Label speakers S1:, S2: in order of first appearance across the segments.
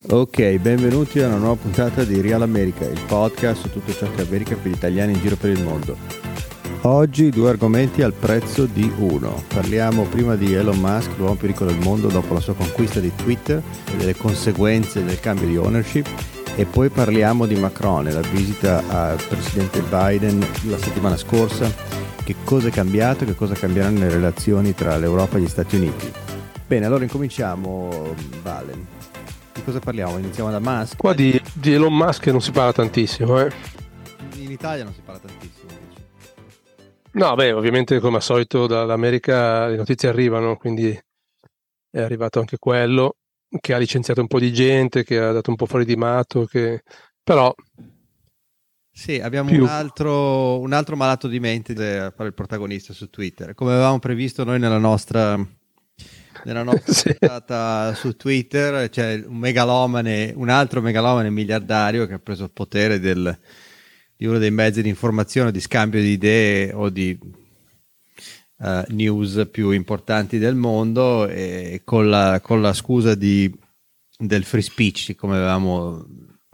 S1: Ok, benvenuti a una nuova puntata di Real America, il podcast su tutto ciò che è America per gli italiani in giro per il mondo. Oggi due argomenti al prezzo di uno. Parliamo prima di Elon Musk, l'uomo più ricco del mondo dopo la sua conquista di Twitter e delle conseguenze del cambio di ownership, e poi parliamo di Macron e la visita al presidente Biden la settimana scorsa. Che cosa è cambiato, che cosa cambieranno le relazioni tra l'Europa e gli Stati Uniti. Bene, allora incominciamo, Valen. Di cosa parliamo? Iniziamo da Musk?
S2: Qua di Elon Musk non si parla tantissimo,
S1: In Italia non si parla tantissimo, dici.
S2: No, beh, ovviamente come al solito dall'America le notizie arrivano, quindi è arrivato anche quello, che ha licenziato un po' di gente, che ha dato un po' fuori di matto, però
S1: Sì, abbiamo
S2: più...
S1: un altro malato di mente a fare il protagonista su Twitter. Come avevamo previsto noi nella nostra
S2: Sì.
S1: puntata su Twitter, c'è un altro megalomane miliardario che ha preso il potere di uno dei mezzi di informazione, di scambio di idee o di news più importanti del mondo, e con la scusa del free speech, come avevamo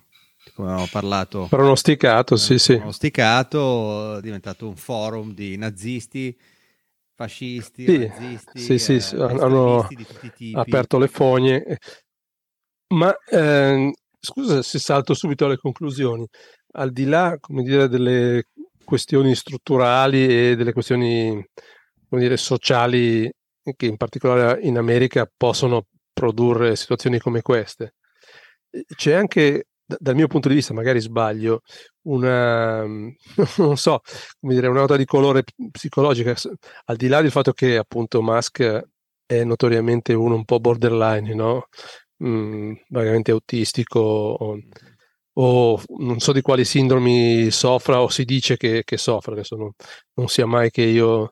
S1: parlato,
S2: Pronosticato, sì.
S1: pronosticato, è diventato un forum di nazisti, fascisti, razzisti,
S2: Sì, hanno
S1: estremisti di tutti i tipi.
S2: aperto le fogne. Ma scusa se salto subito alle conclusioni. Al di là, come dire, delle questioni strutturali e delle questioni, come dire, sociali che in particolare in America possono produrre situazioni come queste, c'è anche, dal mio punto di vista, magari sbaglio, una, non so, come dire, una nota di colore psicologica, al di là del fatto che appunto Musk è notoriamente uno un po' borderline, no? Vagamente autistico o non so di quali sindromi soffra o si dice che soffra, adesso non sia mai che io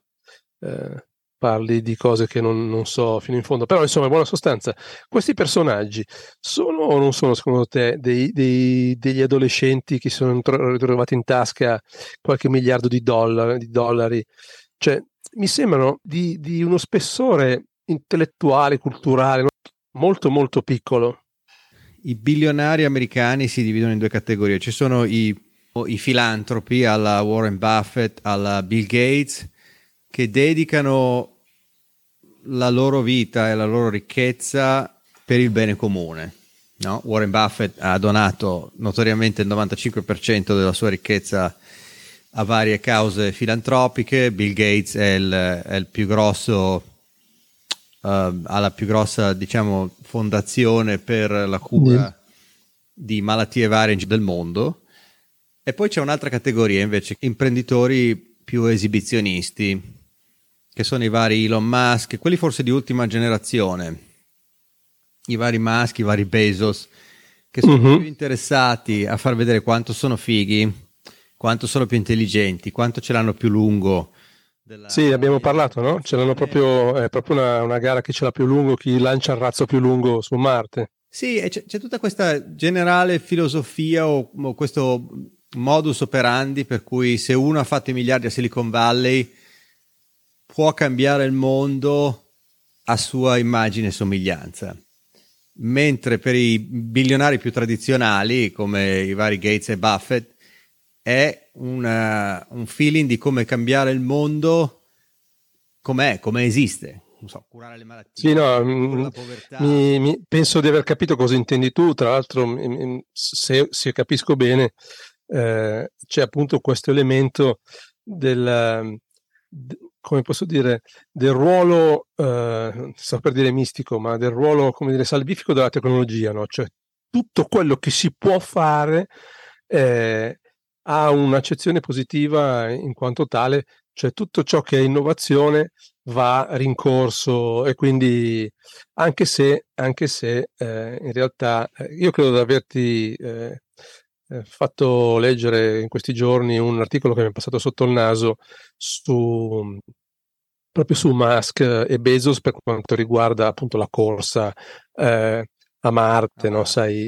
S2: parli di cose che non so fino in fondo, però insomma in buona sostanza questi personaggi sono o non sono secondo te degli adolescenti che si sono ritrovati in tasca qualche miliardo di dollari? Cioè mi sembrano di uno spessore intellettuale, culturale, no? Molto molto piccolo.
S1: I bilionari americani si dividono in due categorie. Ci sono i filantropi alla Warren Buffett, alla Bill Gates, che dedicano la loro vita e la loro ricchezza per il bene comune. No? Warren Buffett ha donato notoriamente il 95% della sua ricchezza a varie cause filantropiche. Bill Gates è il più grosso, ha la più grossa, diciamo, fondazione per la cura di malattie varie del mondo. E poi c'è un'altra categoria invece, imprenditori più esibizionisti, che sono i vari Elon Musk, quelli forse di ultima generazione, i vari Musk, i vari Bezos, che sono più interessati a far vedere quanto sono fighi, quanto sono più intelligenti, quanto ce l'hanno più lungo.
S2: Sì, abbiamo parlato, no? Ce l'hanno proprio, è proprio una gara chi ce l'ha più lungo, chi lancia il razzo più lungo su Marte.
S1: Sì, e c'è tutta questa generale filosofia o questo modus operandi per cui se uno ha fatto i miliardi a Silicon Valley può cambiare il mondo a sua immagine e somiglianza, mentre per i bilionari più tradizionali come i vari Gates e Buffett è un feeling di come cambiare il mondo come esiste. Non so, curare le malattie,
S2: Sì, no,
S1: la povertà.
S2: penso di aver capito cosa intendi tu. Tra l'altro, se capisco bene, c'è appunto questo elemento come posso dire, del ruolo, sto per dire mistico, ma del ruolo, come dire, salvifico della tecnologia, no? Cioè tutto quello che si può fare ha un'accezione positiva in quanto tale, cioè tutto ciò che è innovazione va rincorso, e quindi anche se in realtà io credo di averti fatto leggere in questi giorni un articolo che mi è passato sotto il naso proprio su Musk e Bezos per quanto riguarda appunto la corsa a Marte, no? Sai,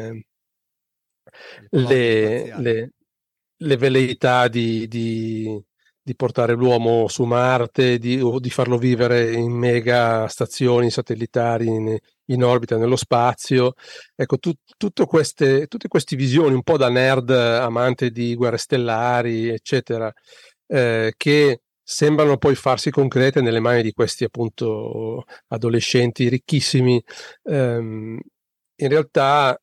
S2: le velleità di portare l'uomo su Marte o di farlo vivere in mega stazioni satellitari in orbita nello spazio. Ecco, tutte queste visioni un po' da nerd amante di guerre stellari, eccetera, che sembrano poi farsi concrete nelle mani di questi appunto adolescenti ricchissimi. In realtà,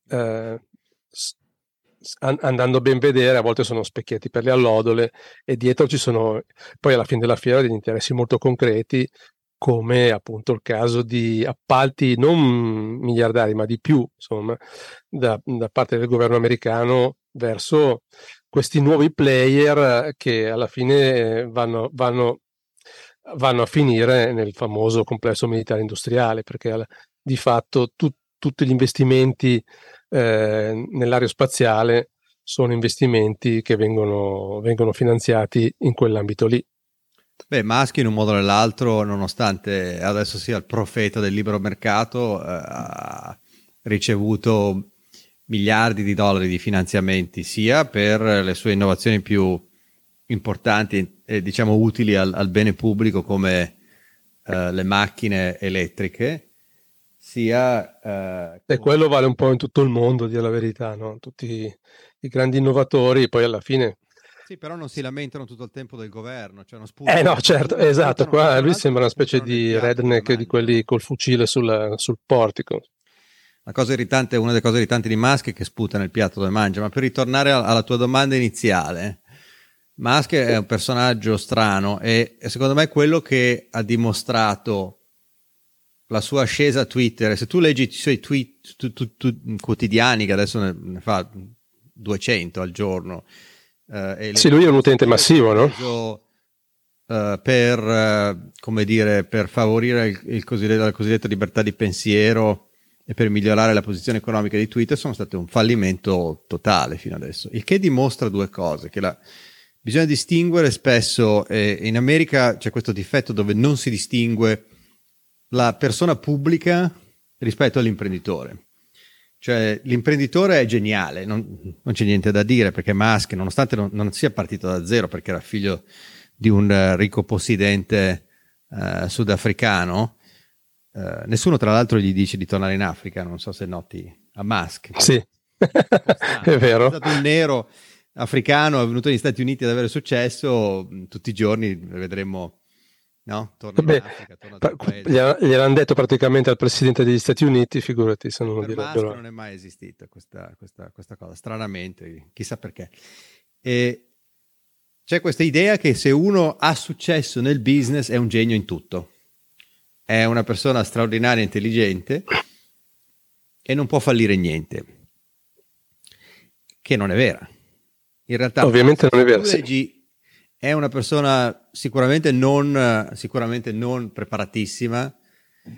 S2: andando a ben vedere, a volte sono specchietti per le allodole, e dietro ci sono poi alla fine della fiera degli interessi molto concreti, come appunto il caso di appalti non miliardari ma di più, insomma, da parte del governo americano verso questi nuovi player che alla fine vanno a finire nel famoso complesso militare industriale, perché di fatto tutti gli investimenti nell'aerospaziale sono investimenti che vengono finanziati in quell'ambito lì.
S1: Beh, Musk in un modo o nell'altro, nonostante adesso sia il profeta del libero mercato, ha ricevuto miliardi di dollari di finanziamenti sia per le sue innovazioni più importanti e diciamo utili al bene pubblico, come le macchine elettriche, sia
S2: E quello vale un po' in tutto il mondo, a dire la verità, no? Tutti i grandi innovatori poi alla fine...
S1: Sì, però non si lamentano tutto il tempo del governo, cioè non spuntano.
S2: No, certo, esatto, qua lui sembra una specie di redneck di quelli col fucile sul portico.
S1: Una cosa irritante, una delle cose irritanti di Musk è che sputa nel piatto dove mangia. Ma per ritornare alla tua domanda iniziale, Musk è un personaggio strano e secondo me è quello che ha dimostrato la sua ascesa a Twitter. E se tu leggi i suoi tweet quotidiani, che adesso ne fa 200 al giorno,
S2: sì, lui è un utente massivo, no?
S1: Come dire, per favorire la cosiddetta libertà di pensiero e per migliorare la posizione economica di Twitter, sono state un fallimento totale fino adesso. Il che dimostra due cose: che bisogna distinguere spesso, in America c'è questo difetto dove non si distingue la persona pubblica rispetto all'imprenditore. Cioè l'imprenditore è geniale, non c'è niente da dire, perché Musk, nonostante non sia partito da zero, perché era figlio di un ricco possidente sudafricano, nessuno tra l'altro gli dice di tornare in Africa, non so se noti a Musk.
S2: Sì, è vero.
S1: È stato un nero africano, è venuto negli Stati Uniti ad avere successo, tutti i giorni vedremo... No? Torna in Africa, torna al paese.
S2: Gliel'hanno detto praticamente al presidente degli Stati Uniti, figurati se non lo direbbero.
S1: Per non è mai esistita questa cosa, stranamente, chissà perché. E c'è questa idea che se uno ha successo nel business è un genio in tutto, è una persona straordinaria, intelligente e non può fallire niente, che non è vera. In realtà
S2: ovviamente non è vero, sì.
S1: È una persona sicuramente non preparatissima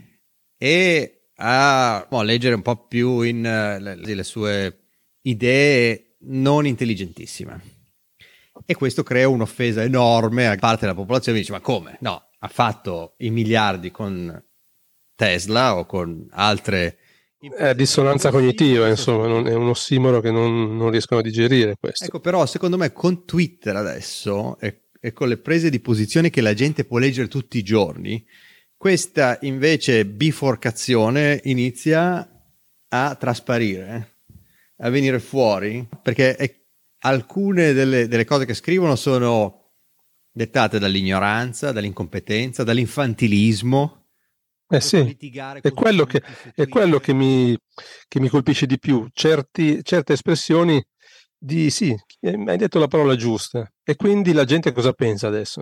S1: e a leggere un po' più in le sue idee, non intelligentissima. E questo crea un'offesa enorme a parte della popolazione. Dice: ma come? No, ha fatto i miliardi con Tesla o con altre...
S2: dissonanza cognitiva, insomma, è un ossimoro che non riescono a digerire questo.
S1: Ecco, però secondo me con Twitter adesso e con le prese di posizione che la gente può leggere tutti i giorni, questa invece biforcazione inizia a trasparire, a venire fuori, perché alcune delle cose che scrivono sono dettate dall'ignoranza, dall'incompetenza, dall'infantilismo.
S2: Sì, è quello che mi colpisce di più, certe espressioni di sì, hai detto la parola giusta. E quindi la gente cosa pensa adesso?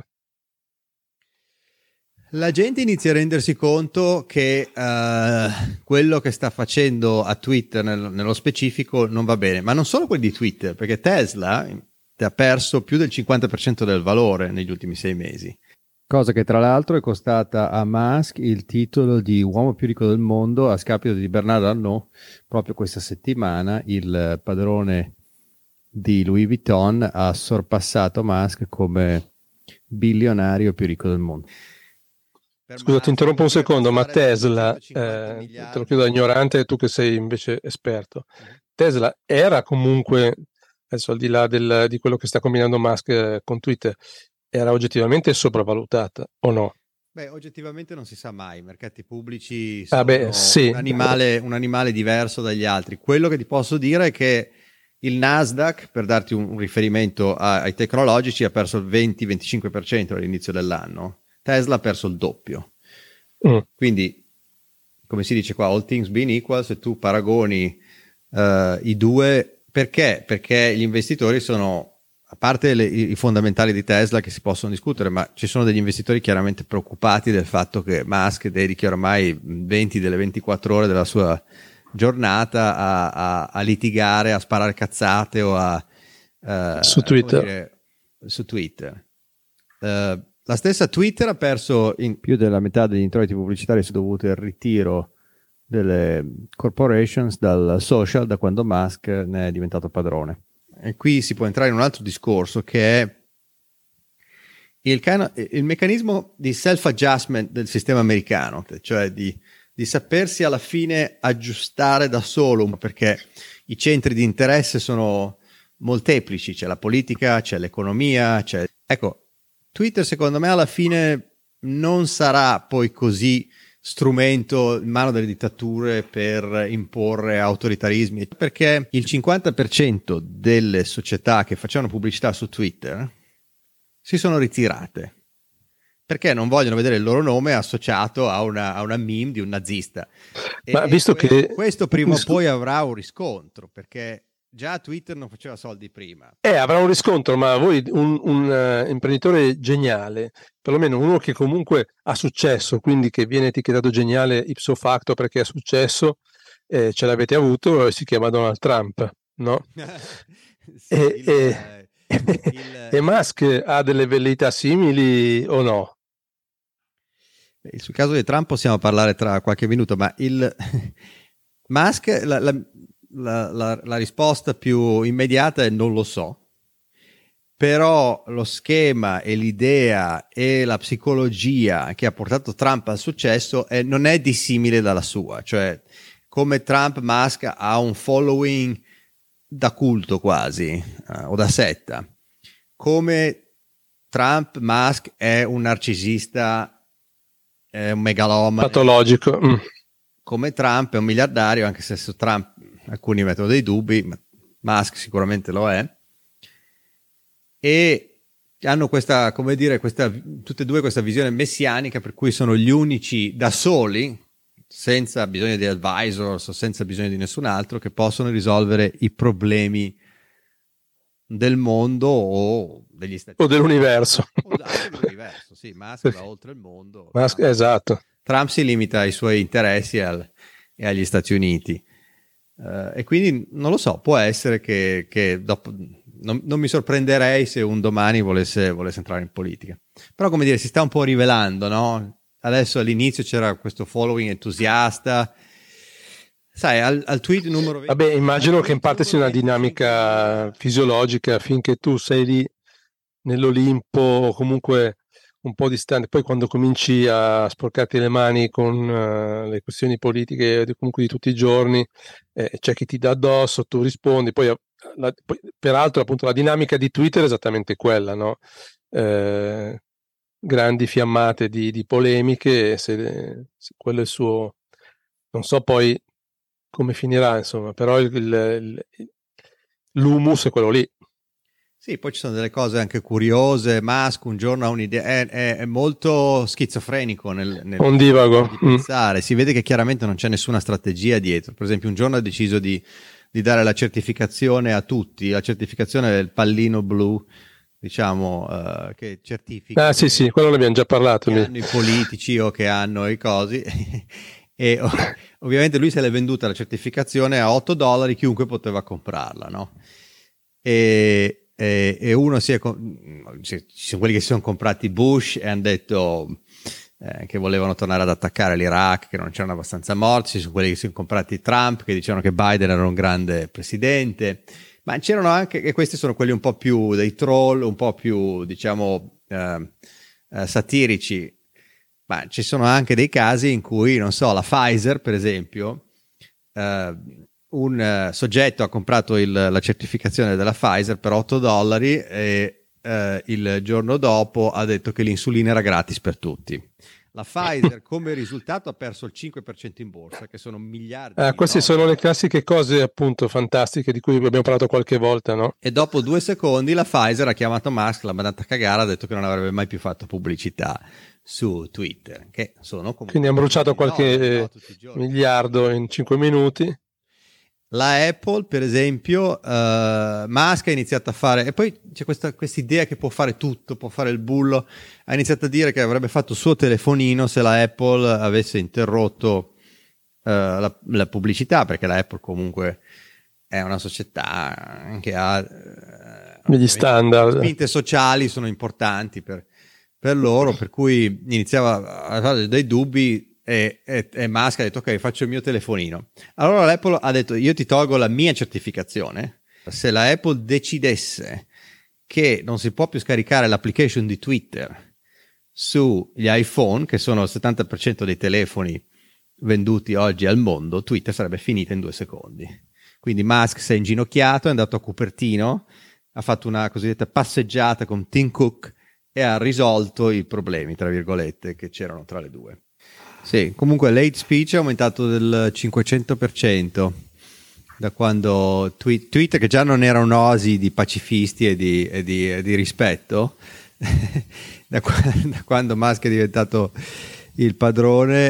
S1: La gente inizia a rendersi conto che quello che sta facendo a Twitter nello specifico non va bene, ma non solo quelli di Twitter, perché Tesla ha perso più del 50% del valore negli ultimi 6 mesi. Cosa che tra l'altro è costata a Musk il titolo di uomo più ricco del mondo a scapito di Bernard Arnault. Proprio questa settimana il padrone di Louis Vuitton ha sorpassato Musk come bilionario più ricco del mondo.
S2: Scusa, ti interrompo un secondo, ma Tesla, te lo chiedo da ignorante, tu che sei invece esperto, Tesla era comunque, adesso al di là di quello che sta combinando Musk con Twitter, era oggettivamente sopravvalutata o no?
S1: Beh, oggettivamente non si sa mai, i mercati pubblici
S2: Ah
S1: sono
S2: beh, sì.
S1: un animale diverso dagli altri. Quello che ti posso dire è che il Nasdaq, per darti un riferimento ai tecnologici, ha perso il 20-25% all'inizio dell'anno. Tesla ha perso il doppio.
S2: Mm.
S1: Quindi, come si dice qua, all things being equal, se tu paragoni i due, perché? Perché gli investitori sono, a parte i fondamentali di Tesla che si possono discutere, ma ci sono degli investitori chiaramente preoccupati del fatto che Musk dedichi ormai 20 delle 24 ore della sua giornata a litigare, a sparare cazzate o
S2: Su
S1: come
S2: Twitter.
S1: dire, su Twitter. La stessa Twitter ha perso in più della metà degli introiti pubblicitari dovuti al ritiro delle corporations dal social da quando Musk ne è diventato padrone. E qui si può entrare in un altro discorso che è il meccanismo di self-adjustment del sistema americano, cioè di sapersi alla fine aggiustare da solo, perché i centri di interesse sono molteplici, c'è la politica, c'è l'economia, Ecco, Twitter secondo me alla fine non sarà poi così strumento in mano delle dittature per imporre autoritarismi, perché il 50% delle società che facevano pubblicità su Twitter si sono ritirate perché non vogliono vedere il loro nome associato a una meme di un nazista.
S2: Ma visto che
S1: questo prima o poi avrà un riscontro, perché già Twitter non faceva soldi prima.
S2: avrà un riscontro, ma voi un imprenditore geniale, perlomeno uno che comunque ha successo, quindi che viene etichettato geniale ipso facto perché ha successo, ce l'avete avuto, si chiama Donald Trump, no?
S1: Sì,
S2: E Musk ha delle velleità simili o no?
S1: Sul caso di Trump possiamo parlare tra qualche minuto, ma il Musk, la risposta più immediata è non lo so, però lo schema e l'idea e la psicologia che ha portato Trump al successo non è dissimile dalla sua, cioè come Trump, Musk ha un following da culto quasi, o da setta, come Trump, Musk è un narcisista, è un megalomane
S2: patologico.
S1: come Trump è un miliardario, anche se su Trump alcuni mettono dei dubbi, ma Musk sicuramente lo è, e hanno questa, come dire, tutte e due questa visione messianica per cui sono gli unici da soli, senza bisogno di advisors o senza bisogno di nessun altro, che possono risolvere i problemi del mondo o degli Stati
S2: Uniti o dell'universo.
S1: O anche dell'universo, sì, Musk va oltre il mondo.
S2: Musk, esatto.
S1: Trump si limita ai suoi interessi e agli Stati Uniti. E quindi non lo so, può essere che dopo non mi sorprenderei se un domani volesse entrare in politica. Però, come dire, si sta un po' rivelando, no? Adesso all'inizio c'era questo following entusiasta. Sai, al tweet numero 20.
S2: Vabbè, immagino che in parte sia una dinamica fisiologica, finché tu sei lì nell'Olimpo, comunque un po' distante, poi quando cominci a sporcarti le mani con le questioni politiche comunque di tutti i giorni, c'è chi ti dà addosso, tu rispondi, poi peraltro appunto la dinamica di Twitter è esattamente quella, no? Grandi fiammate di polemiche, se quello è il suo, non so poi come finirà, insomma, però l'humus è quello lì.
S1: Sì, poi ci sono delle cose anche curiose. Musk un giorno ha un'idea, è molto schizofrenico nel
S2: ondivago
S1: di pensare. Si vede che chiaramente non c'è nessuna strategia dietro. Per esempio, un giorno ha deciso di dare la certificazione a tutti, la certificazione del pallino blu, diciamo, che certifica.
S2: Ah, sì, quello ne abbiamo già parlato.
S1: Che hanno i politici o che hanno i cosi. E ovviamente lui se l'è venduta la certificazione a $8, chiunque poteva comprarla, no? E uno ci sono quelli che si sono comprati Bush e hanno detto che volevano tornare ad attaccare l'Iraq, che non c'erano abbastanza morti. Ci sono quelli che si sono comprati Trump, che dicevano che Biden era un grande presidente, ma c'erano anche, e questi sono quelli un po' più dei troll, un po' più diciamo satirici, ma ci sono anche dei casi in cui, non so, la Pfizer per esempio, un soggetto ha comprato la certificazione della Pfizer per $8 e il giorno dopo ha detto che l'insulina era gratis per tutti. La Pfizer come risultato ha perso il 5% in borsa, che sono miliardi di
S2: Queste
S1: dollari.
S2: sono le classiche cose appunto fantastiche di cui abbiamo parlato qualche volta, no?
S1: E dopo 2 secondi la Pfizer ha chiamato Musk, l'ha mandata a cagare, ha detto che non avrebbe mai più fatto pubblicità su Twitter, che sono comunque
S2: Quindi hanno bruciato qualche
S1: dollari, no, tutti i giorni.
S2: miliardo in 5 minuti.
S1: La Apple, per esempio, Musk ha iniziato a fare, e poi c'è questa idea che può fare tutto, può fare il bullo, ha iniziato a dire che avrebbe fatto il suo telefonino se la Apple avesse interrotto la pubblicità, perché la Apple comunque è una società che ha
S2: Degli standard.
S1: spinte sociali sono importanti per loro, per cui iniziava a fare dei dubbi e Musk ha detto ok, faccio il mio telefonino. Allora l'Apple ha detto io ti tolgo la mia certificazione se la Apple decidesse che non si può più scaricare l'application di Twitter sugli iPhone, che sono il 70% dei telefoni venduti oggi al mondo. Twitter sarebbe finita in 2 secondi. Quindi Musk si è inginocchiato, è andato a Cupertino, ha fatto una cosiddetta passeggiata con Tim Cook e ha risolto i problemi, tra virgolette, che c'erano tra le due. Sì, comunque l'hate speech è aumentato del 500% da quando Twitter, che già non era un'oasi di pacifisti e di rispetto, da quando Musk è diventato il padrone,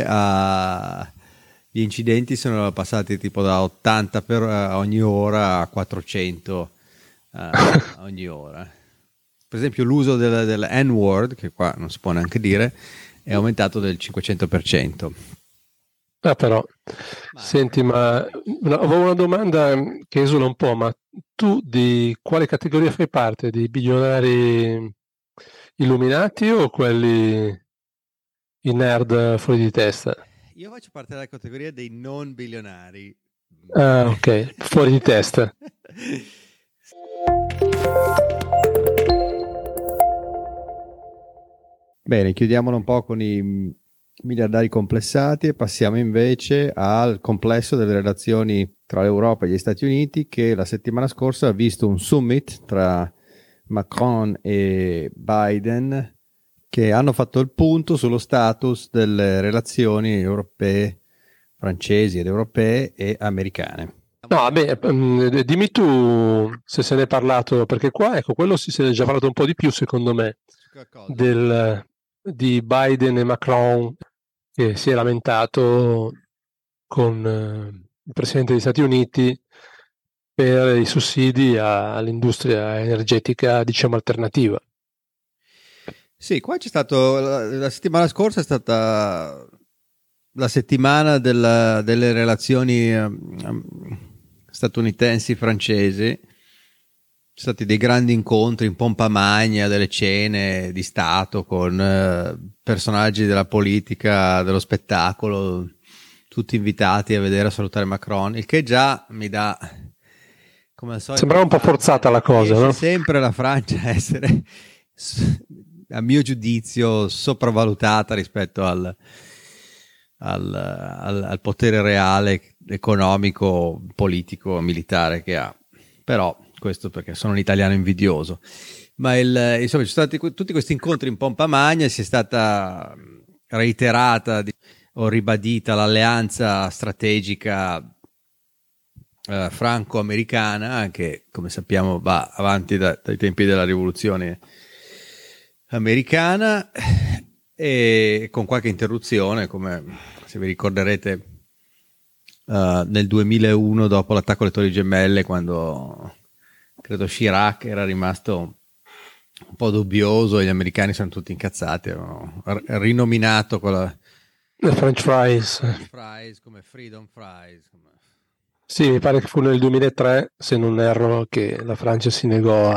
S1: gli incidenti sono passati tipo da 80 per ogni ora a 400 ogni ora. Per esempio l'uso del N-word, che qua non si può neanche dire, è aumentato del 500%.
S2: Però, senti, ma avevo una domanda che esula un po', ma tu di quale categoria fai parte? Di bilionari illuminati o quelli i nerd fuori di testa?
S1: Io faccio parte della categoria dei non bilionari.
S2: Ah, ok, fuori di testa.
S1: Bene, chiudiamolo un po' con i miliardari complessati e passiamo invece al complesso delle relazioni tra l'Europa e gli Stati Uniti, che la settimana scorsa ha visto un summit tra Macron e Biden che hanno fatto il punto sullo status delle relazioni europee, francesi ed europee e americane.
S2: No, beh, dimmi tu se ne è parlato, perché qua, ecco, quello se ne è già parlato un po' di più, secondo me, di Biden e Macron, che si è lamentato con il Presidente degli Stati Uniti per i sussidi all'industria energetica, diciamo, alternativa.
S1: Sì, qua c'è stato, la settimana scorsa è stata la settimana delle relazioni statunitensi-francesi. Ci sono stati dei grandi incontri in pompa magna, delle cene di Stato con personaggi della politica, dello spettacolo, tutti invitati a vedere, a salutare Macron, il che già mi dà, come al solito,
S2: sembrava un po' forzata la cosa, no?
S1: Sempre la Francia a essere, a mio giudizio, sopravvalutata rispetto al potere reale, economico, politico, militare che ha. Però questo perché sono un italiano invidioso. Ma insomma, ci sono stati tutti questi incontri in pompa magna, si è stata reiterata o ribadita l'alleanza strategica franco-americana, che come sappiamo va avanti dai tempi della rivoluzione americana, e con qualche interruzione, come se vi ricorderete nel 2001 dopo l'attacco alle Torri Gemelle, quando credo Chirac era rimasto un po' dubbioso e gli americani sono tutti incazzati, avevano rinominato quella
S2: le French fries
S1: come Freedom Fries.
S2: Sì, mi pare che fu nel 2003, se non erro, che la Francia si negò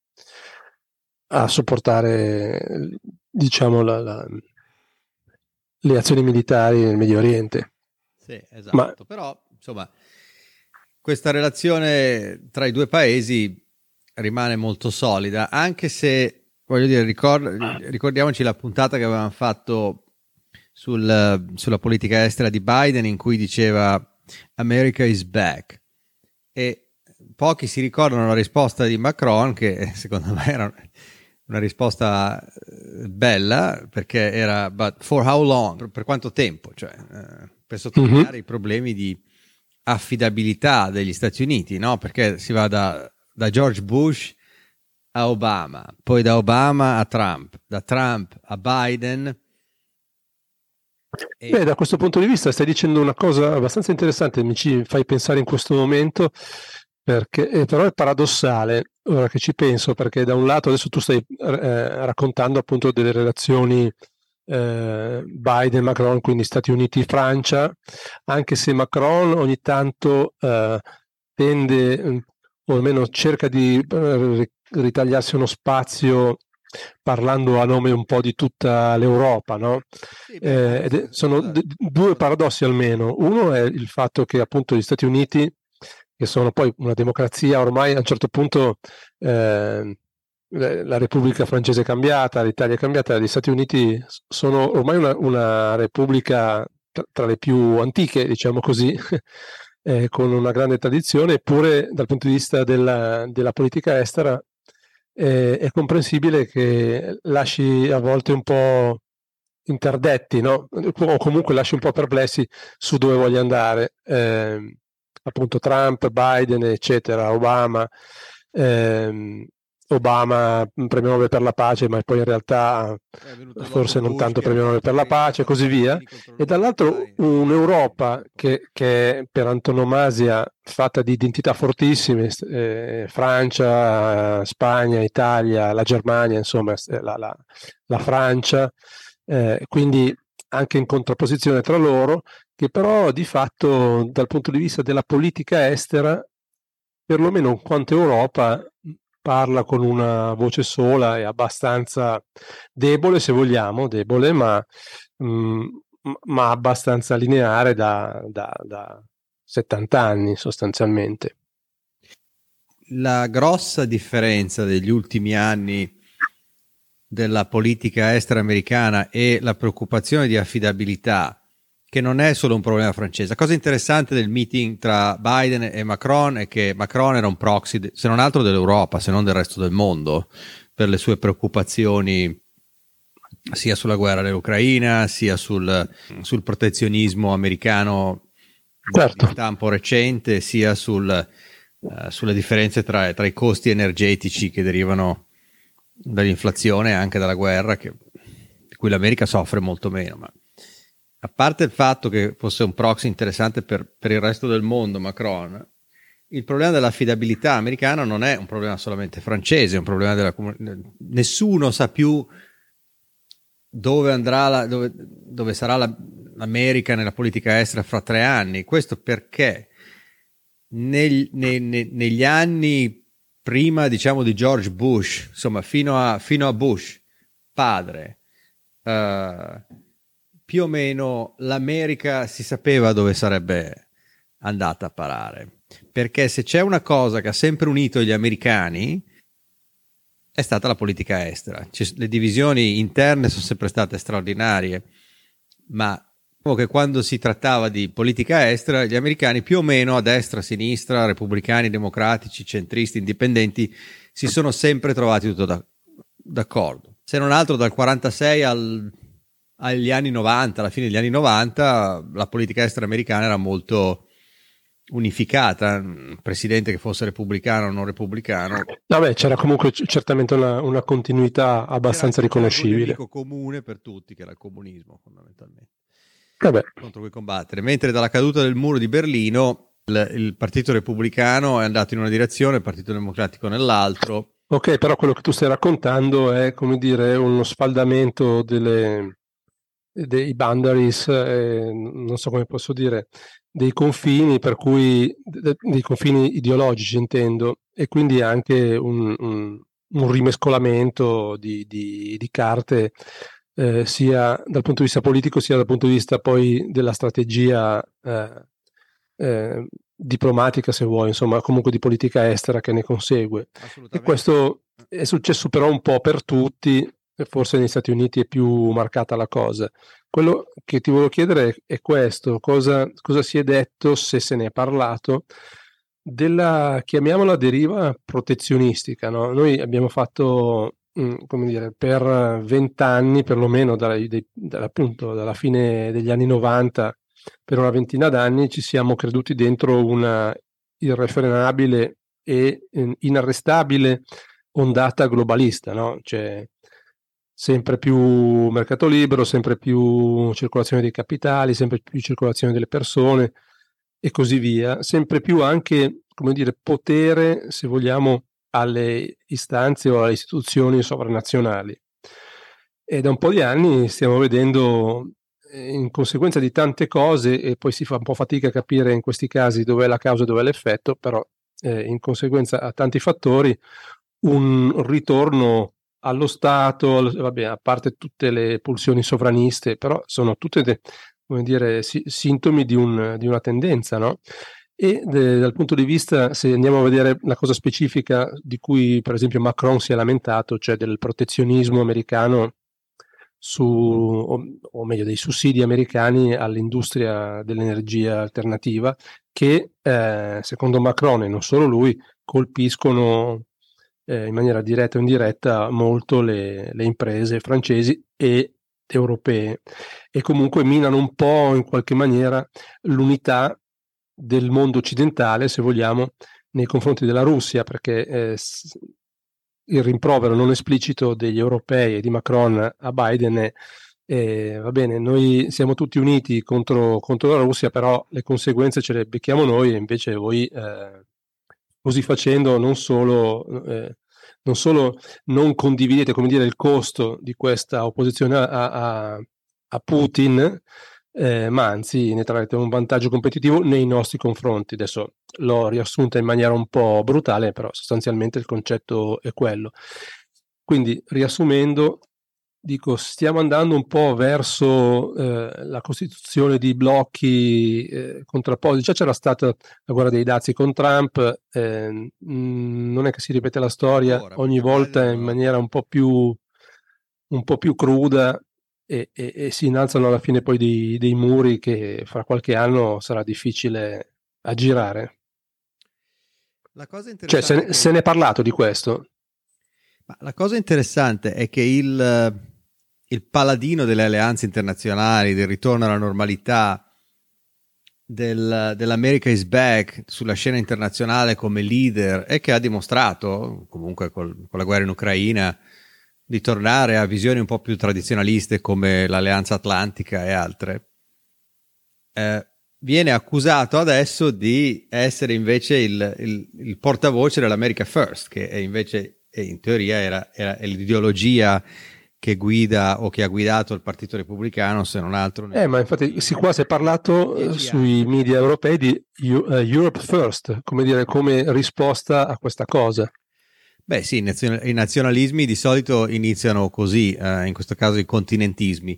S2: a sopportare, diciamo, le azioni militari nel Medio Oriente.
S1: Sì, esatto. Però, insomma, questa relazione tra i due paesi rimane molto solida, anche se, voglio dire, ricordiamoci la puntata che avevamo fatto sulla politica estera di Biden, in cui diceva America is back, e pochi si ricordano la risposta di Macron, che secondo me una risposta bella, perché era but for how long? Per quanto tempo? Cioè, per sottolineare i problemi di affidabilità degli Stati Uniti, no? Perché si va da George Bush a Obama, poi da Obama a Trump, da Trump a Biden.
S2: Beh, da questo punto di vista stai dicendo una cosa abbastanza interessante, mi ci fai pensare in questo momento, perché però è paradossale ora che ci penso, perché da un lato adesso tu stai raccontando appunto delle relazioni Biden-Macron, quindi Stati Uniti-Francia, anche se Macron ogni tanto tende, o almeno cerca di ritagliarsi uno spazio parlando a nome un po' di tutta l'Europa, no?
S1: Sì, beh,
S2: Sono due paradossi almeno. Uno è il fatto che appunto gli Stati Uniti, che sono poi una democrazia ormai a un certo punto, la Repubblica francese è cambiata, l'Italia è cambiata, gli Stati Uniti sono ormai una repubblica tra le più antiche, diciamo così, con una grande tradizione, eppure dal punto di vista della politica estera è comprensibile che lasci a volte un po' interdetti, no? O comunque lasci un po' perplessi su dove voglia andare. Appunto Trump, Biden, eccetera, Obama, premio Nobel per la pace, ma poi in realtà forse non tanto premio Nobel per la pace, e così via. E dall'altro un'Europa che è per antonomasia fatta di identità fortissime, Francia, Spagna, Italia, la Germania, insomma, la Francia, quindi anche in contrapposizione tra loro, che però di fatto dal punto di vista della politica estera, perlomeno in quanto Europa, parla con una voce sola e abbastanza debole, se vogliamo, debole, ma abbastanza lineare da 70 anni sostanzialmente.
S1: La grossa differenza degli ultimi anni della politica estera americana e la preoccupazione di affidabilità, che non è solo un problema francese. La cosa interessante del meeting tra Biden e Macron è che Macron era un proxy, se non altro dell'Europa, se non del resto del mondo, per le sue preoccupazioni sia sulla guerra dell'Ucraina, sia sul protezionismo americano
S2: certo.
S1: di stampo recente, sia sulle differenze tra i costi energetici che derivano dall'inflazione e anche dalla guerra, di cui l'America soffre molto meno. Ma a parte il fatto che fosse un proxy interessante per il resto del mondo, Macron, il problema dell'affidabilità americana non è un problema solamente francese, è un problema nessuno sa più dove andrà dove sarà l'America nella politica estera fra 3 anni. Questo perché negli anni prima, diciamo, di George Bush, insomma fino a Bush padre, più o meno l'America si sapeva dove sarebbe andata a parare, perché se c'è una cosa che ha sempre unito gli americani è stata la politica estera. Le divisioni interne sono sempre state straordinarie, ma che quando si trattava di politica estera gli americani più o meno a destra, a sinistra, repubblicani, democratici, centristi, indipendenti si sono sempre trovati tutto d'accordo. Se non altro dal 46 agli anni 90, alla fine degli anni 90 la politica estera americana era molto unificata, un presidente che fosse repubblicano o non repubblicano.
S2: Vabbè, c'era comunque certamente una continuità abbastanza riconoscibile.
S1: Un nemico comune per tutti, che era il comunismo fondamentalmente.
S2: Vabbè.
S1: Contro cui combattere, mentre dalla caduta del muro di Berlino il partito repubblicano è andato in una direzione, il partito democratico nell'altro.
S2: Ok, però quello che tu stai raccontando è, come dire, uno sfaldamento dei boundaries, non so come posso dire, dei confini, per cui dei confini ideologici intendo, e quindi anche un rimescolamento di carte, sia dal punto di vista politico sia dal punto di vista poi della strategia diplomatica, se vuoi, insomma, comunque di politica estera che ne consegue. E questo è successo però un po' per tutti, forse negli Stati Uniti è più marcata la cosa. Quello che ti volevo chiedere è questo: cosa si è detto, se se ne è parlato, della, chiamiamola, deriva protezionistica, no? Noi abbiamo fatto come dire, per 20 anni, perlomeno appunto dalla fine degli anni 90, per una ventina d'anni ci siamo creduti dentro una irrefrenabile e inarrestabile ondata globalista, no? Cioè, sempre più mercato libero, sempre più circolazione dei capitali, sempre più circolazione delle persone e così via, sempre più anche, come dire, potere, se vogliamo, alle istanze o alle istituzioni sovranazionali. E da un po' di anni stiamo vedendo, in conseguenza di tante cose, e poi si fa un po' fatica a capire in questi casi dov'è la causa e dov'è l'effetto, però in conseguenza a tanti fattori, un ritorno allo Stato, vabbè, a parte tutte le pulsioni sovraniste, però sono tutte, come dire, sintomi di una tendenza, no? E dal punto di vista, se andiamo a vedere la cosa specifica di cui per esempio Macron si è lamentato, cioè del protezionismo americano o meglio dei sussidi americani all'industria dell'energia alternativa, che secondo Macron e non solo lui colpiscono in maniera diretta o indiretta molto le imprese francesi e europee, e comunque minano un po' in qualche maniera l'unità del mondo occidentale, se vogliamo, nei confronti della Russia, perché il rimprovero non esplicito degli europei e di Macron a Biden è va bene, noi siamo tutti uniti contro la Russia, però le conseguenze ce le becchiamo noi, e invece voi così facendo non solo non condividete, come dire, il costo di questa opposizione a Putin, ma anzi ne traete un vantaggio competitivo nei nostri confronti. Adesso l'ho riassunta in maniera un po' brutale, però sostanzialmente il concetto è quello. Quindi, riassumendo, dico, stiamo andando un po' verso la costituzione di blocchi contrapposti. Già c'era stata la guerra dei dazi con Trump, non è che si ripete la storia ogni volta in maniera un po' più cruda, e si innalzano alla fine poi dei muri che fra qualche anno sarà difficile aggirare.
S1: La cosa interessante,
S2: cioè, se ne è parlato di questo.
S1: Ma la cosa interessante è che il paladino delle alleanze internazionali, del ritorno alla normalità, dell'America is back sulla scena internazionale come leader, e che ha dimostrato, comunque con la guerra in Ucraina, di tornare a visioni un po' più tradizionaliste come l'Alleanza Atlantica e altre, viene accusato adesso di essere invece il portavoce dell'America First, che è invece in teoria è l'ideologia che guida o che ha guidato il Partito Repubblicano, se non altro.
S2: Ma infatti qua si è parlato sui media europei di Europe First, come dire, come risposta a questa cosa.
S1: Beh sì, i nazionalismi di solito iniziano così, in questo caso i continentismi.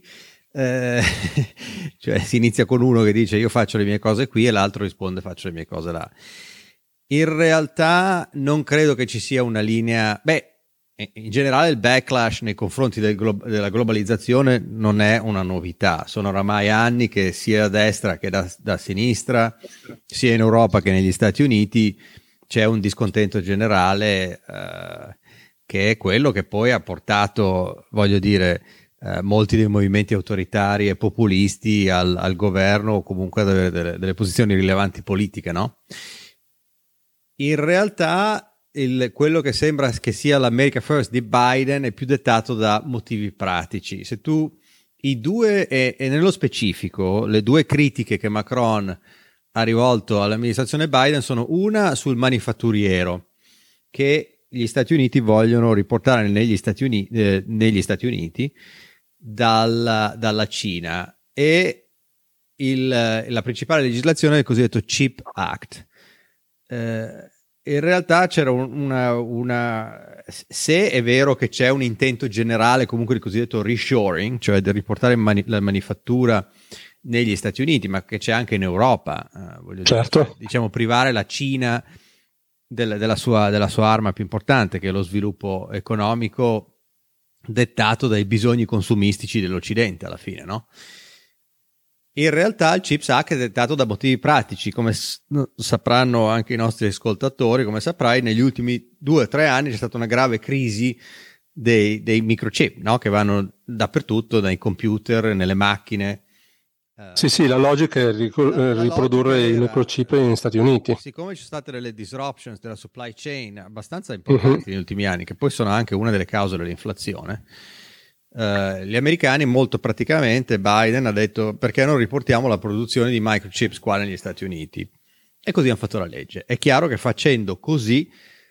S1: Cioè si inizia con uno che dice io faccio le mie cose qui e l'altro risponde faccio le mie cose là. In realtà non credo che ci sia una linea. Beh, in generale il backlash nei confronti della globalizzazione non è una novità, sono oramai anni che sia da destra che da sinistra, sia in Europa che negli Stati Uniti, c'è un discontento generale che è quello che poi ha portato, voglio dire, molti dei movimenti autoritari e populisti al governo, o comunque delle posizioni rilevanti politiche, no? In realtà quello che sembra che sia l'America First di Biden è più dettato da motivi pratici. Se tu i due, e nello specifico le due critiche che Macron ha rivolto all'amministrazione Biden sono una sul manifatturiero, che gli Stati Uniti vogliono riportare negli Stati Uniti dalla Cina, e la principale legislazione è il cosiddetto CHIP Act. In realtà c'era se è vero che c'è un intento generale comunque di cosiddetto reshoring, cioè di riportare la manifattura negli Stati Uniti, ma che c'è anche in Europa,
S2: certo.
S1: dire, diciamo, privare la Cina della sua arma più importante, che è lo sviluppo economico dettato dai bisogni consumistici dell'Occidente alla fine, no? In realtà il CHIPS Act è dettato da motivi pratici, come sapranno anche i nostri ascoltatori, come saprai negli ultimi 2 o 3 anni c'è stata una grave crisi dei microchip, no? Che vanno dappertutto, nei computer, nelle macchine.
S2: Sì, la logica è riprodurre i microchip negli Stati Uniti.
S1: Siccome ci sono state delle disruptions della supply chain abbastanza importanti negli ultimi anni, che poi sono anche una delle cause dell'inflazione, gli americani molto praticamente, Biden ha detto: perché non riportiamo la produzione di microchips qua negli Stati Uniti? E così hanno fatto la legge. È chiaro che facendo così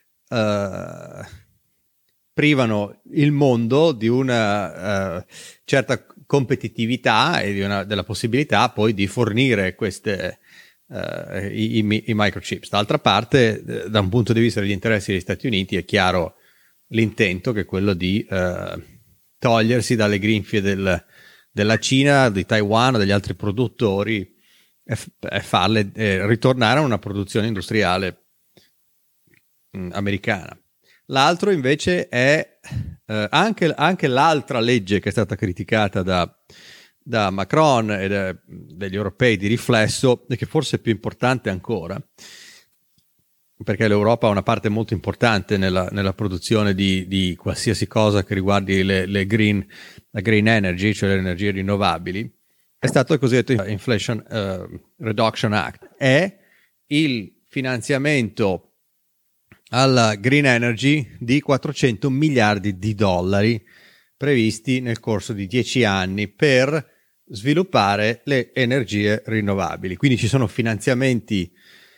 S1: privano il mondo di una certa competitività e della possibilità poi di fornire queste i microchips. D'altra parte, da un punto di vista degli interessi degli Stati Uniti, è chiaro l'intento, che è quello di togliersi dalle grinfie della Cina, di Taiwan o degli altri produttori e farle ritornare a una produzione industriale americana. L'altro invece è anche l'altra legge che è stata criticata da Macron e degli europei di riflesso, e che forse è più importante ancora, perché l'Europa ha una parte molto importante nella produzione di qualsiasi cosa che riguardi la green energy, cioè le energie rinnovabili. È stato il cosiddetto Inflation Reduction Act. È il finanziamento alla green energy di 400 miliardi di dollari previsti nel corso di 10 anni per sviluppare le energie rinnovabili. Quindi ci sono finanziamenti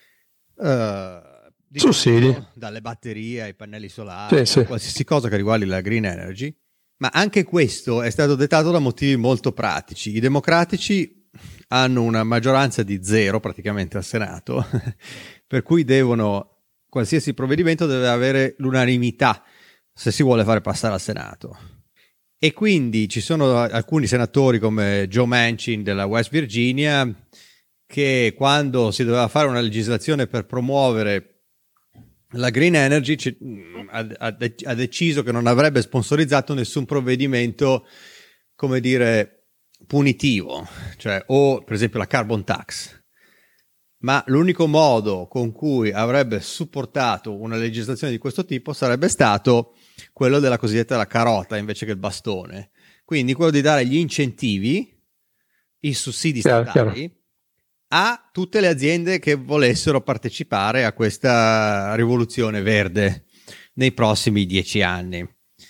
S2: sussidi,
S1: dalle batterie ai pannelli solari,
S2: sì.
S1: Qualsiasi cosa che riguardi la green energy. Ma anche questo è stato dettato da motivi molto pratici. I democratici hanno una maggioranza di 0 praticamente al Senato, per cui qualsiasi provvedimento deve avere l'unanimità se si vuole fare passare al Senato. E quindi ci sono alcuni senatori come Joe Manchin della West Virginia, che quando si doveva fare una legislazione per promuovere la green energy ha deciso che non avrebbe sponsorizzato nessun provvedimento, come dire, punitivo, cioè, o per esempio la carbon tax. Ma l'unico modo con cui avrebbe supportato una legislazione di questo tipo sarebbe stato quello della cosiddetta la carota invece che il bastone. Quindi quello di dare gli incentivi, i sussidi statali, a tutte le aziende che volessero partecipare a questa rivoluzione verde nei prossimi 10 anni.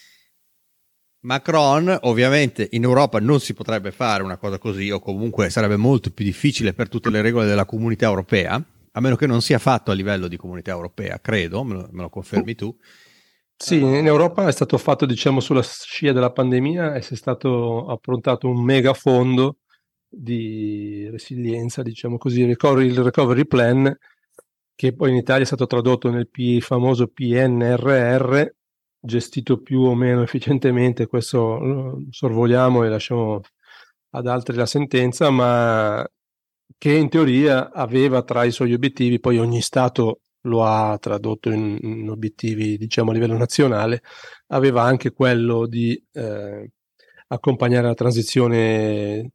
S1: Macron, ovviamente in Europa non si potrebbe fare una cosa così, o comunque sarebbe molto più difficile per tutte le regole della comunità europea, a meno che non sia fatto a livello di comunità europea, credo, me lo confermi tu.
S2: Sì, in Europa è stato fatto, diciamo, sulla scia della pandemia, e si è stato approntato un mega fondo di resilienza, diciamo così, il recovery plan, che poi in Italia è stato tradotto nel famoso PNRR, gestito più o meno efficientemente. Questo lo sorvoliamo e lasciamo ad altri la sentenza, ma che in teoria aveva tra i suoi obiettivi, poi ogni Stato lo ha tradotto in obiettivi, diciamo, a livello nazionale, aveva anche quello di accompagnare la transizione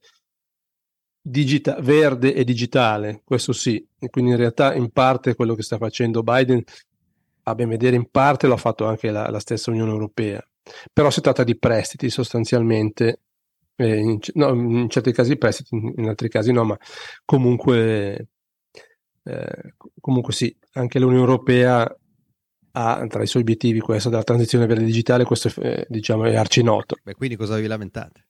S2: verde e digitale, questo sì. E quindi in realtà in parte quello che sta facendo Biden, a ben vedere, in parte lo ha fatto anche la stessa Unione Europea, però si tratta di prestiti sostanzialmente, in certi casi prestiti, in altri casi no, ma comunque sì, anche l'Unione Europea ha tra i suoi obiettivi questo della transizione verde digitale. Questo diciamo è arcinoto.
S1: Beh, quindi cosa vi lamentate?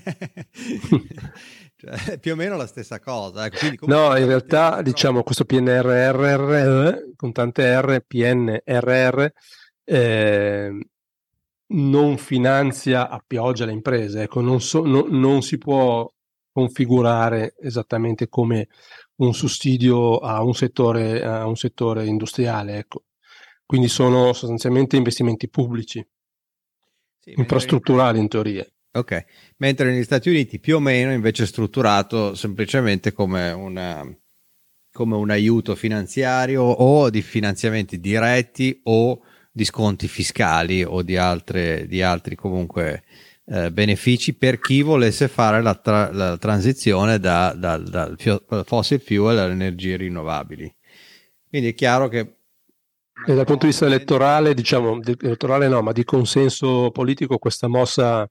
S1: Cioè, più o meno la stessa cosa.
S2: No, in realtà diciamo questo PNRR con tante R, PNRR, non finanzia a pioggia le imprese, ecco, non si può configurare esattamente come un sussidio a un settore industriale, ecco. Quindi sono sostanzialmente investimenti pubblici, sì, infrastrutturali in teoria.
S1: Ok, mentre negli Stati Uniti più o meno invece è strutturato semplicemente come un aiuto finanziario, o di finanziamenti diretti o di sconti fiscali o di altri comunque benefici per chi volesse fare la transizione dal fossil fuel alle energie rinnovabili. Quindi è chiaro che
S2: E dal punto di vista elettorale, diciamo, elettorale no, ma di consenso politico, questa mossa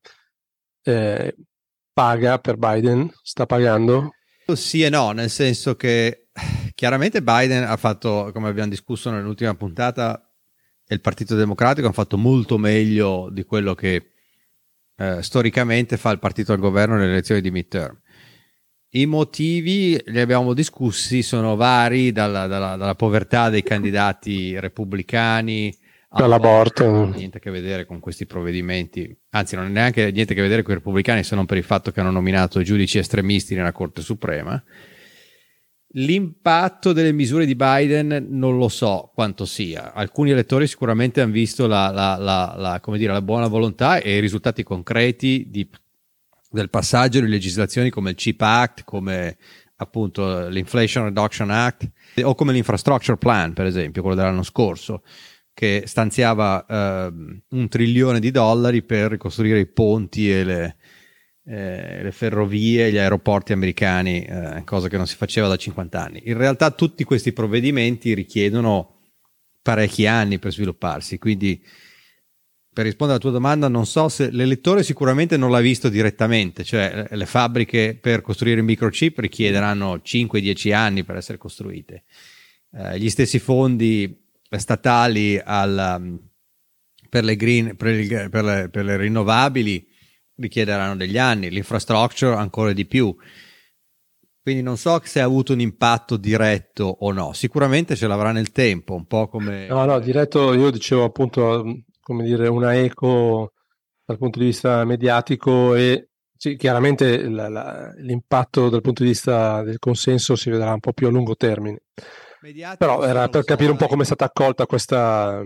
S2: paga per Biden? Sta pagando?
S1: Sì e no, nel senso che chiaramente Biden ha fatto, come abbiamo discusso nell'ultima puntata, e il Partito Democratico hanno fatto molto meglio di quello che storicamente fa il partito al governo nelle elezioni di midterm. I motivi, li abbiamo discussi, sono vari, dalla povertà dei candidati repubblicani
S2: Per l'aborto.
S1: niente a che vedere con questi provvedimenti, anzi non ha neanche niente a che vedere con i repubblicani se non per il fatto che hanno nominato giudici estremisti nella Corte Suprema. L'impatto delle misure di Biden non lo so quanto sia. Alcuni elettori sicuramente hanno visto come dire, la buona volontà e i risultati concreti del passaggio di legislazioni come il CHIP Act, come appunto l'Inflation Reduction Act o come l'Infrastructure Plan, per esempio, quello dell'anno scorso, che stanziava $1 trilione per ricostruire i ponti e le ferrovie e gli aeroporti americani, cosa che non si faceva da 50 anni. In realtà tutti questi provvedimenti richiedono parecchi anni per svilupparsi, quindi per rispondere alla tua domanda non so se l'elettore sicuramente non l'ha visto direttamente, cioè le fabbriche per costruire i microchip richiederanno 5-10 anni per essere costruite. Gli stessi fondi statali per le rinnovabili richiederanno degli anni, l'infrastructure ancora di più. Quindi non so se ha avuto un impatto diretto o no, sicuramente ce l'avrà nel tempo, un po' come...
S2: No, diretto, io dicevo appunto, come dire, una eco dal punto di vista mediatico e sì, chiaramente l'impatto dal punto di vista del consenso si vedrà un po' più a lungo termine. Però era per capire un po' come è stata accolta questa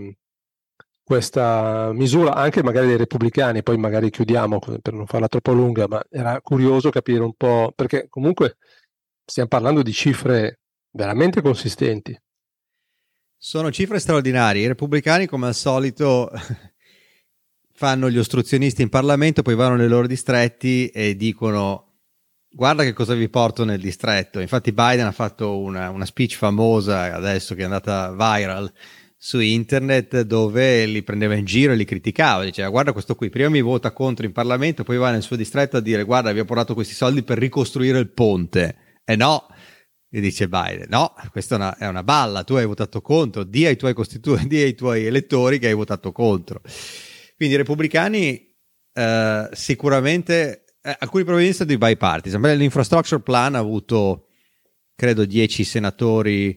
S2: misura, anche magari dei repubblicani, poi magari chiudiamo per non farla troppo lunga, ma era curioso capire un po', perché comunque stiamo parlando di cifre veramente consistenti.
S1: Sono cifre straordinarie. I repubblicani, come al solito, fanno gli ostruzionisti in Parlamento, poi vanno nei loro distretti e dicono: guarda che cosa vi porto nel distretto. Infatti Biden ha fatto una speech famosa adesso che è andata viral su internet, dove li prendeva in giro e li criticava, diceva: guarda questo qui, prima mi vota contro in Parlamento, poi va nel suo distretto a dire: guarda, vi ho portato questi soldi per ricostruire il ponte. E no, e dice Biden, no, questa è una balla, tu hai votato contro, di ai tuoi elettori che hai votato contro. Quindi i repubblicani sicuramente alcuni provvedimenti sono di bipartisan. L'infrastructure plan ha avuto credo 10 senatori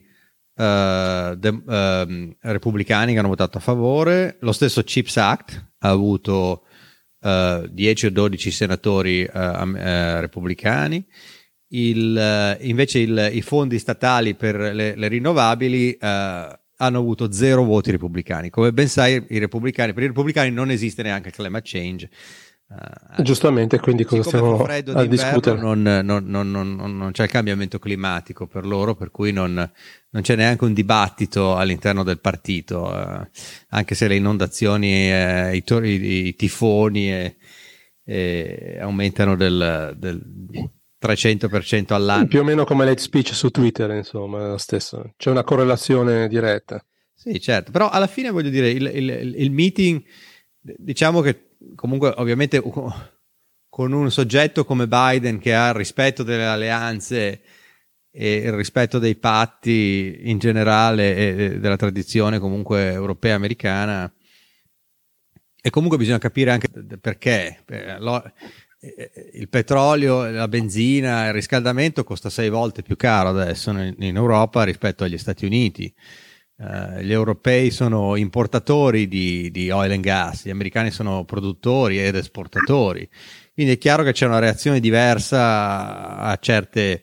S1: repubblicani che hanno votato a favore. Lo stesso CHIPS Act ha avuto 10 o 12 senatori repubblicani. Invece i fondi statali per le rinnovabili hanno avuto 0 voti repubblicani. Come ben sai, per i repubblicani non esiste neanche climate change.
S2: Giustamente, quindi cosa stiamo a discutere?
S1: Non c'è il cambiamento climatico per loro, per cui non c'è neanche un dibattito all'interno del partito, anche se le inondazioni, i tifoni aumentano del 300% all'anno.
S2: Più o meno come l'hate speech su Twitter, insomma, è lo stesso. C'è una correlazione diretta.
S1: Sì, certo, però alla fine voglio dire, il meeting, diciamo che comunque ovviamente con un soggetto come Biden che ha il rispetto delle alleanze e il rispetto dei patti in generale e della tradizione comunque europea americana, e comunque bisogna capire anche perché il petrolio, la benzina, il riscaldamento costa 6 volte più caro adesso in Europa rispetto agli Stati Uniti. Gli europei sono importatori di oil and gas, gli americani sono produttori ed esportatori, quindi è chiaro che c'è una reazione diversa a certe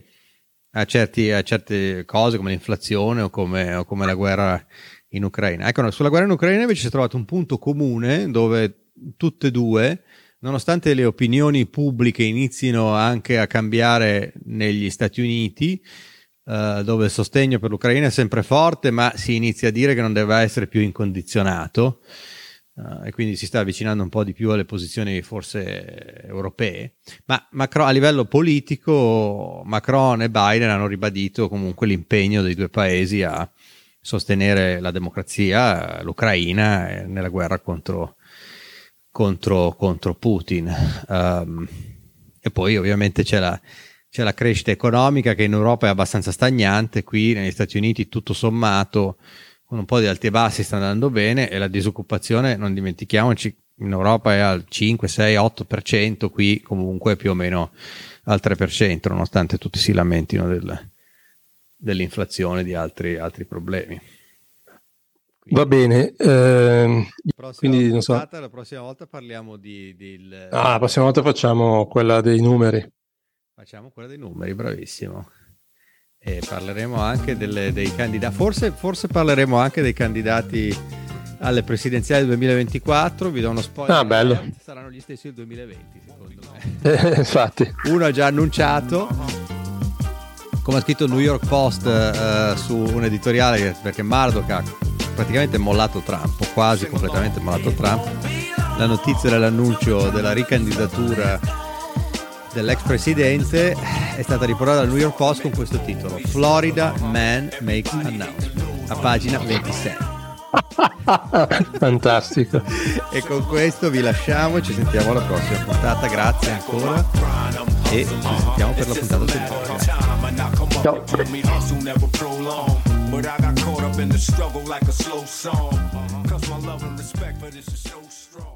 S1: cose come l'inflazione o come la guerra in Ucraina. Ecco, sulla guerra in Ucraina invece si è trovato un punto comune dove tutte e due, nonostante le opinioni pubbliche inizino anche a cambiare negli Stati Uniti, dove il sostegno per l'Ucraina è sempre forte, ma si inizia a dire che non deve essere più incondizionato, e quindi si sta avvicinando un po' di più alle posizioni forse europee. Ma a livello politico Macron e Biden hanno ribadito comunque l'impegno dei due paesi a sostenere la democrazia, l'Ucraina nella guerra contro Putin. E poi ovviamente c'è la crescita economica, che in Europa è abbastanza stagnante. Qui negli Stati Uniti tutto sommato con un po' di alti e bassi sta andando bene, e la disoccupazione, non dimentichiamoci, in Europa è al 5, 6, 8%, qui comunque più o meno al 3%, nonostante tutti si lamentino dell'inflazione, di altri problemi. Quindi,
S2: va bene. Quindi non so.
S1: La prossima volta parliamo
S2: La prossima volta facciamo quella dei numeri.
S1: Facciamo quella dei numeri, bravissimo. E parleremo anche dei candidati. Forse parleremo anche dei candidati alle presidenziali del 2024. Vi do uno spoiler.
S2: Bello.
S1: Saranno gli stessi del 2020, secondo me.
S2: Infatti.
S1: Uno ha già annunciato, come ha scritto il New York Post su un editoriale, perché Murdoch ha praticamente mollato Trump, o quasi completamente mollato Trump. La notizia dell'annuncio della ricandidatura dell'ex presidente è stata riportata dal New York Post con questo titolo: Florida man makes announcement, a pagina 26.
S2: Fantastico.
S1: E con questo vi lasciamo, ci sentiamo alla prossima puntata. Grazie ancora e ci sentiamo per la puntata successiva.
S2: Ciao.
S3: But I got caught up in the struggle like a slow song. 'Cause my love and respect for this is so strong.